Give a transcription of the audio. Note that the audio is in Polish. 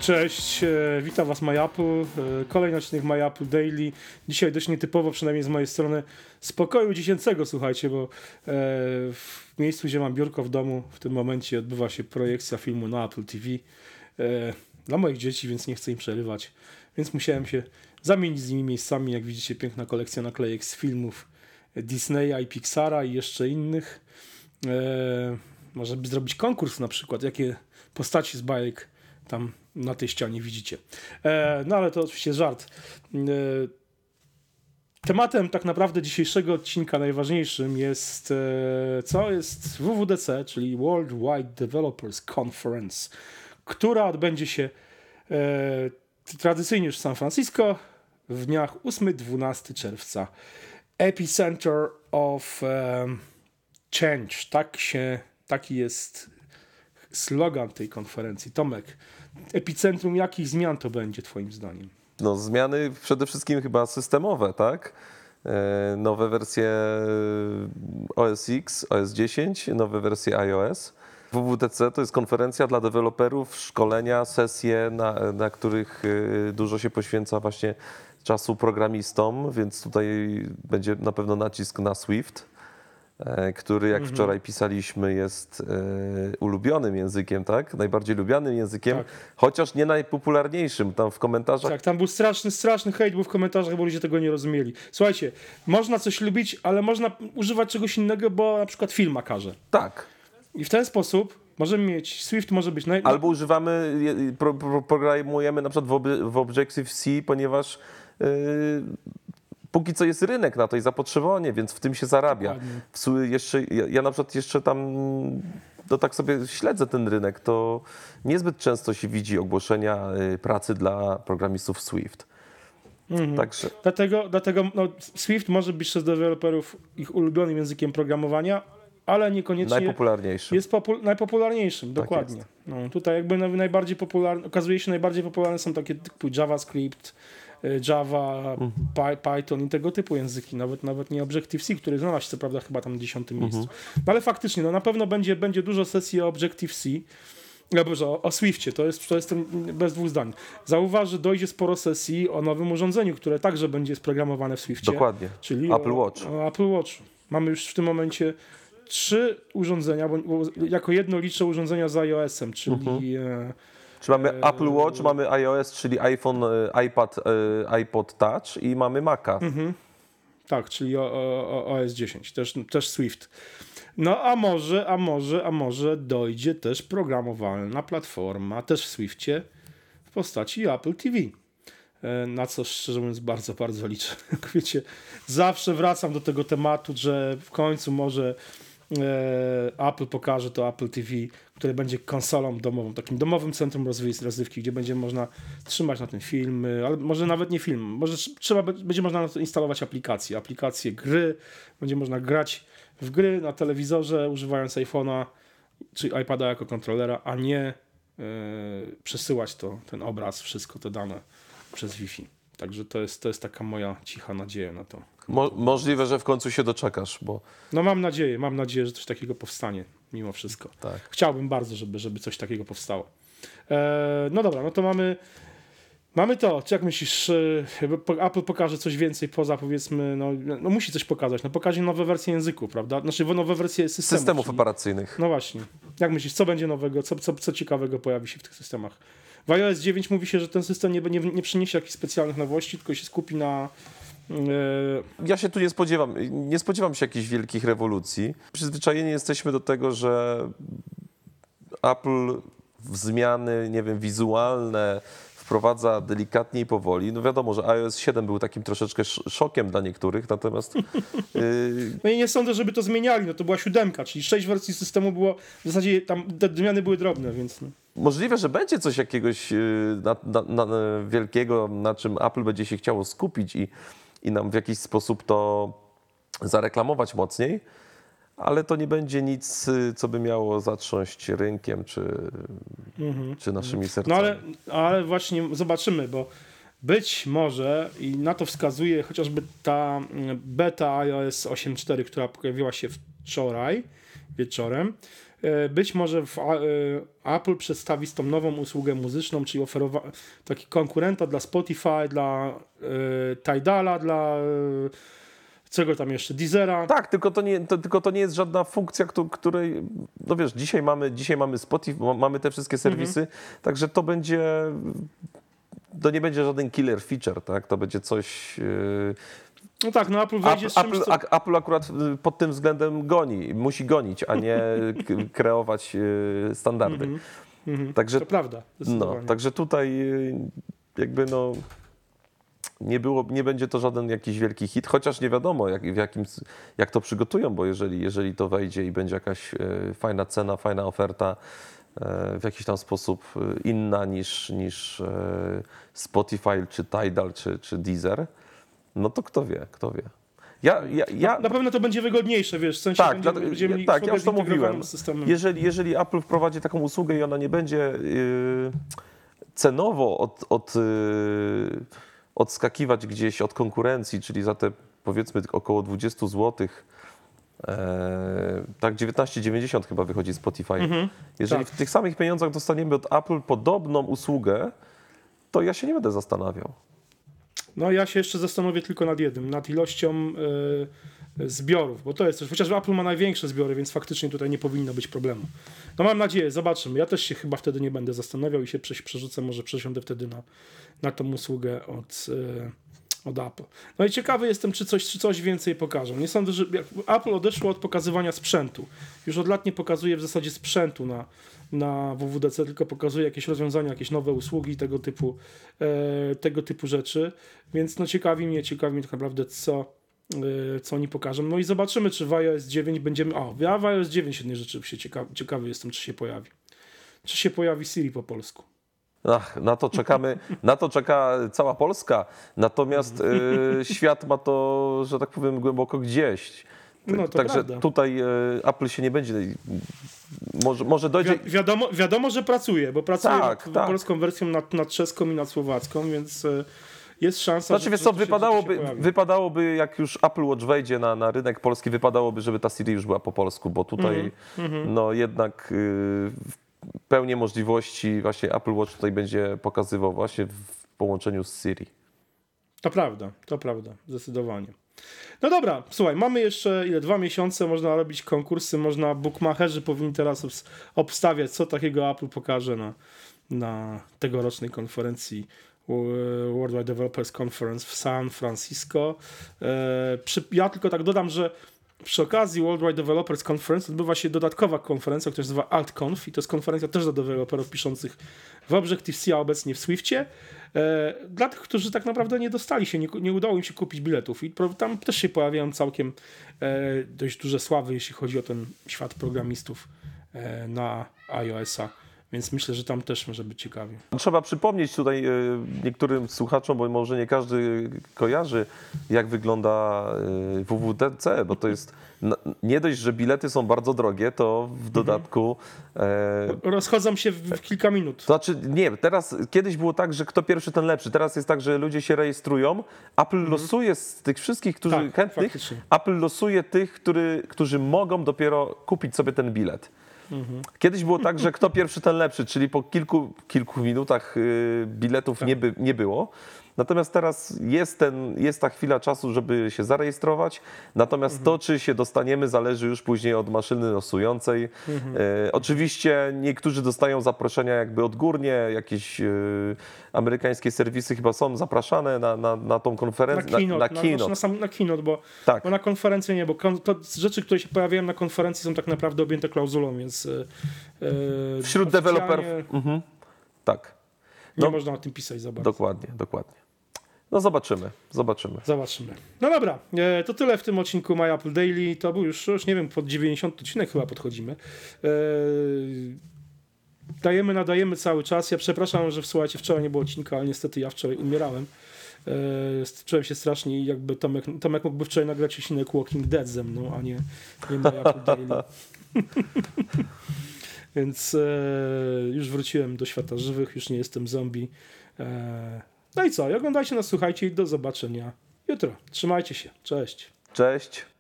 Cześć, witam Was MyApple, kolejny odcinek MyApple Daily. Dzisiaj dość nietypowo, przynajmniej z mojej strony, z pokoju dziecięcego, słuchajcie, bo w miejscu, gdzie mam biurko w domu, w tym momencie odbywa się projekcja filmu na Apple TV dla moich dzieci, więc nie chcę im przerywać, więc musiałem się zamienić z nimi miejscami. Jak widzicie, piękna kolekcja naklejek z filmów Disneya i Pixara i jeszcze innych. Może by zrobić konkurs na przykład, jakie postaci z bajek tam na tej ścianie widzicie. No ale to oczywiście żart. Tematem tak naprawdę dzisiejszego odcinka najważniejszym jest jest WWDC, czyli World Wide Developers Conference, która odbędzie się tradycyjnie już w San Francisco w dniach 8-12 czerwca. Epicenter of Change. Taki jest slogan tej konferencji. Tomek, epicentrum jakich zmian to będzie twoim zdaniem? No, zmiany przede wszystkim chyba systemowe, tak? Nowe wersje OS X, OS 10, nowe wersje iOS. WWDC to jest konferencja dla deweloperów, szkolenia, sesje, na których dużo się poświęca właśnie czasu programistom, więc tutaj będzie na pewno nacisk na Swift, który, jak wczoraj pisaliśmy, jest ulubionym językiem, tak? Najbardziej lubianym językiem, tak. Chociaż nie najpopularniejszym. Tam w komentarzach... Tak, tam był straszny hejt był w komentarzach, bo ludzie tego nie rozumieli. Słuchajcie, można coś lubić, ale można używać czegoś innego, bo na przykład firma każe. Tak. I w ten sposób możemy mieć, Swift może być... Albo używamy, programujemy na przykład w Objective-C, ponieważ... Póki co jest rynek na to i zapotrzebowanie, więc w tym się zarabia. Ja na przykład jeszcze tam, tak sobie śledzę ten rynek, to niezbyt często się widzi ogłoszenia pracy dla programistów Swift. Także... Dlatego Swift może być przez deweloperów ich ulubionym językiem programowania, ale niekoniecznie najpopularniejszym. Jest najpopularniejszym, dokładnie. Tak no, tutaj jakby najbardziej popularne, okazuje się najbardziej popularne są takie typu JavaScript, Java, Python i tego typu języki, nawet nie Objective-C, który znalazł się co prawda chyba tam na 10. miejscu. No ale faktycznie, na pewno będzie dużo sesji o Objective-C, o Swiftie, to jest ten bez dwóch zdań. Zauważ, że dojdzie sporo sesji o nowym urządzeniu, które także będzie sprogramowane w Swiftie. Dokładnie, czyli Apple Watch. O Apple Watch. Mamy już w tym momencie 3 urządzenia, bo jako jedno liczę urządzenia z iOS-em, czyli... Czyli mamy Apple Watch, mamy iOS, czyli iPhone, iPad, iPod Touch i mamy Maca. Tak, czyli OS 10, też Swift. No a może dojdzie też programowalna platforma, też w Swiftie, w postaci Apple TV. Na co szczerze mówiąc bardzo, bardzo liczę. Jak wiecie, zawsze wracam do tego tematu, że w końcu może Apple pokaże to Apple TV, które będzie konsolą domową, takim domowym centrum rozrywki, gdzie będzie można trzymać na tym filmy, ale może nawet nie film, może będzie można na to instalować aplikacje gry, będzie można grać w gry na telewizorze używając iPhone'a czy iPada jako kontrolera, a nie przesyłać ten obraz, wszystko te dane przez Wi-Fi. Także to jest taka moja cicha nadzieja na to. Możliwe, że w końcu się doczekasz, bo... No mam nadzieję, że coś takiego powstanie mimo wszystko. Tak. Chciałbym bardzo, żeby coś takiego powstało. No dobra, no to mamy to. Czy jak myślisz, Apple pokaże coś więcej poza, powiedzmy, no musi coś pokazać. No pokaże nowe wersje języków, prawda? Znaczy nowe wersje systemów operacyjnych. No właśnie. Jak myślisz, co będzie nowego, co ciekawego pojawi się w tych systemach? W iOS 9 mówi się, że ten system nie przyniesie jakichś specjalnych nowości, tylko się skupi na... Ja się tu nie spodziewam się jakichś wielkich rewolucji. Przyzwyczajeni jesteśmy do tego, że Apple w zmiany, nie wiem, wizualne wprowadza delikatnie i powoli. No wiadomo, że iOS 7 był takim troszeczkę szokiem dla niektórych, natomiast... No i nie sądzę, żeby to zmieniali, no to była 7, czyli 6 wersji systemu było, w zasadzie tam te zmiany były drobne, więc... No. Możliwe, że będzie coś jakiegoś wielkiego, na czym Apple będzie się chciało skupić i nam w jakiś sposób to zareklamować mocniej, ale to nie będzie nic, co by miało zatrząść rynkiem czy naszymi sercami. No ale właśnie zobaczymy, bo być może, i na to wskazuje chociażby ta beta iOS 8.4, która pojawiła się wczoraj wieczorem, być może Apple przedstawi tą nową usługę muzyczną, czyli taki konkurenta dla Spotify, dla Tidala, dla czego tam jeszcze, Deezera. Tak, tylko to nie jest żadna funkcja, której, no wiesz, dzisiaj mamy Spotify, mamy te wszystkie serwisy, także to nie będzie żaden killer feature, tak? To będzie coś... No tak, no Apple wejdzie z czymś, Apple akurat pod tym względem musi gonić, a nie kreować standardy. Także, to prawda, zdecydowanie. Także tutaj jakby nie będzie to żaden jakiś wielki hit, chociaż nie wiadomo jak to przygotują, bo jeżeli to wejdzie i będzie jakaś fajna cena, fajna oferta, w jakiś tam sposób inna niż Spotify, czy Tidal, czy Deezer, no to kto wie. Na pewno to będzie wygodniejsze, wiesz, w sensie będziemy mieli ja już to mówiłem. systemem. Jeżeli Apple wprowadzi taką usługę i ona nie będzie cenowo odskakiwać gdzieś od konkurencji, czyli za te powiedzmy około 20 zł, tak 19,90 chyba wychodzi Spotify. Jeżeli w tych samych pieniądzach dostaniemy od Apple podobną usługę, to ja się nie będę zastanawiał. No ja się jeszcze zastanowię tylko nad jednym, nad ilością zbiorów, bo to jest też, chociaż Apple ma największe zbiory, więc faktycznie tutaj nie powinno być problemu. No mam nadzieję, zobaczymy. Ja też się chyba wtedy nie będę zastanawiał i się przerzucę, może przesiądę wtedy na tą usługę od Apple. No i ciekawy jestem, czy coś więcej pokażą. Nie sądzę, że Apple odeszło od pokazywania sprzętu. Już od lat nie pokazuje w zasadzie sprzętu na WWDC, tylko pokazuje jakieś rozwiązania, jakieś nowe usługi, tego typu rzeczy. Więc no ciekawi mnie tak naprawdę, co oni pokażą. No i zobaczymy, czy w iOS 9 będziemy... Ja w iOS 9 jednej rzeczy się ciekawy jestem, czy się pojawi. Czy się pojawi Siri po polsku. Ach, na to czeka cała Polska, natomiast świat ma to, że tak powiem, głęboko gdzieś. No to Także prawda. tutaj Apple się nie będzie... Może dojdzie... Wiadomo, że pracuje, bo pracuje nad tak. polską wersją, nad czeską i nad słowacką, więc jest szansa, znaczy, wiesz co, wypadałoby, jak już Apple Watch wejdzie na rynek polski, wypadałoby, żeby ta Siri już była po polsku, bo tutaj no jednak pełnię możliwości właśnie Apple Watch tutaj będzie pokazywał właśnie w połączeniu z Siri. To prawda, zdecydowanie. No dobra, słuchaj, mamy jeszcze 2 miesiące, można robić konkursy, bookmacherzy powinni teraz obstawiać, co takiego Apple pokaże na tegorocznej konferencji Worldwide Developers Conference w San Francisco. Ja tylko tak dodam, że przy okazji Worldwide Developers Conference odbywa się dodatkowa konferencja, która się nazywa AltConf i to jest konferencja też dla deweloperów piszących w Objective-C, a obecnie w Swiftie. Dla tych, którzy tak naprawdę nie dostali się, nie udało im się kupić biletów i tam też się pojawiają całkiem dość duże sławy, jeśli chodzi o ten świat programistów na iOS-a. Więc myślę, że tam też może być ciekawie. Trzeba przypomnieć tutaj niektórym słuchaczom, bo może nie każdy kojarzy, jak wygląda WWDC, bo to jest nie dość, że bilety są bardzo drogie, to w dodatku... Rozchodzą się w kilka minut. To znaczy, nie, kiedyś było tak, że kto pierwszy, ten lepszy. Teraz jest tak, że ludzie się rejestrują. Apple losuje z tych wszystkich, którzy chętnych, faktycznie. Apple losuje tych, którzy mogą dopiero kupić sobie ten bilet. Kiedyś było tak, że kto pierwszy, ten lepszy, czyli po kilku minutach biletów nie było. Natomiast teraz jest ta chwila czasu, żeby się zarejestrować. Natomiast to, czy się dostaniemy, zależy już później od maszyny losującej. Oczywiście niektórzy dostają zaproszenia jakby odgórnie, jakieś amerykańskie serwisy chyba są zapraszane na tą konferencję. Na keynote, bo na konferencję nie, bo rzeczy, które się pojawiają na konferencji są tak naprawdę objęte klauzulą, więc wśród deweloperów. Tak. Nie można o tym pisać za bardzo. Dokładnie. No zobaczymy. No dobra, to tyle w tym odcinku My Apple Daily. To był już nie wiem, pod 90 odcinek chyba podchodzimy. Nadajemy cały czas. Ja przepraszam, że słuchajcie, wczoraj nie było odcinka, ale niestety ja wczoraj umierałem. Czułem się strasznie i jakby Tomek mógłby wczoraj nagrać odcinek Walking Dead ze mną, a nie My Apple Daily. Więc już wróciłem do świata żywych, już nie jestem zombie. No i co? Oglądajcie nas, słuchajcie i do zobaczenia jutro. Trzymajcie się. Cześć. Cześć.